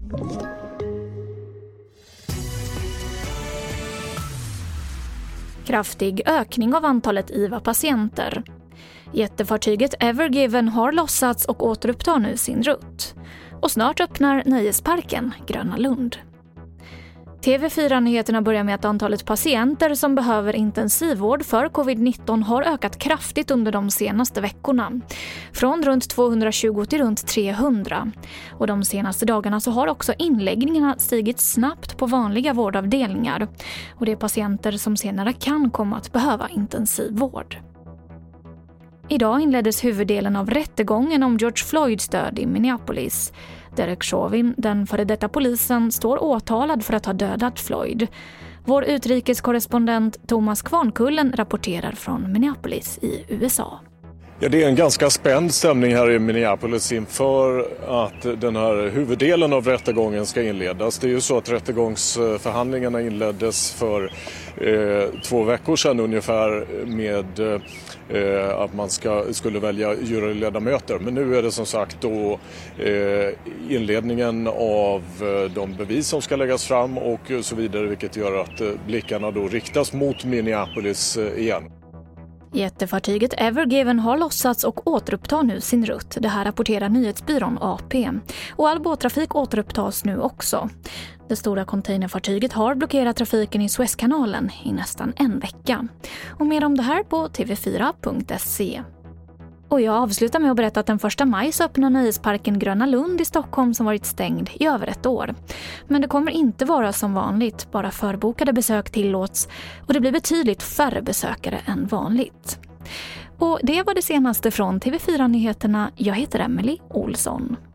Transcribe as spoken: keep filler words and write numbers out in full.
Kraftig ökning av antalet I V A-patienter. Jättefartyget Ever Given har lossats och återupptar nu sin rutt. Och snart öppnar nöjesparken Gröna Lund. T V fyra-nyheterna börjar med att antalet patienter som behöver intensivvård för covid nitton har ökat kraftigt under de senaste veckorna. Från runt tvåhundratjugo till runt trehundra. Och de senaste dagarna så har också inläggningarna stigit snabbt på vanliga vårdavdelningar. Och det är patienter som senare kan komma att behöva intensivvård. Idag inleddes huvuddelen av rättegången om George Floyds död i Minneapolis. Derek Chauvin, den före detta polisen, står åtalad för att ha dödat Floyd. Vår utrikeskorrespondent Thomas Kvarnkullen rapporterar från Minneapolis i U S A. Ja, det är en ganska spänd stämning här i Minneapolis inför att den här huvuddelen av rättegången ska inledas. Det är ju så att rättegångsförhandlingarna inleddes för eh, två veckor sedan ungefär med eh, att man ska, skulle välja juryledamöter. Men nu är det som sagt då eh, inledningen av de bevis som ska läggas fram och så vidare, vilket gör att eh, blickarna då riktas mot Minneapolis eh, igen. Jättefartyget Ever Given har lossats och återupptar nu sin rutt. Det här rapporterar nyhetsbyrån A P. Och all båttrafik återupptas nu också. Det stora containerfartyget har blockerat trafiken i Suezkanalen i nästan en vecka. Och mer om det här på t v fyra punkt se. Och jag avslutar med att berätta att den första maj så öppnar nöjesparken Gröna Lund i Stockholm som varit stängd i över ett år. Men det kommer inte vara som vanligt, bara förbokade besök tillåts och det blir betydligt färre besökare än vanligt. Och det var det senaste från T V fyra-nyheterna. Jag heter Emily Olsson.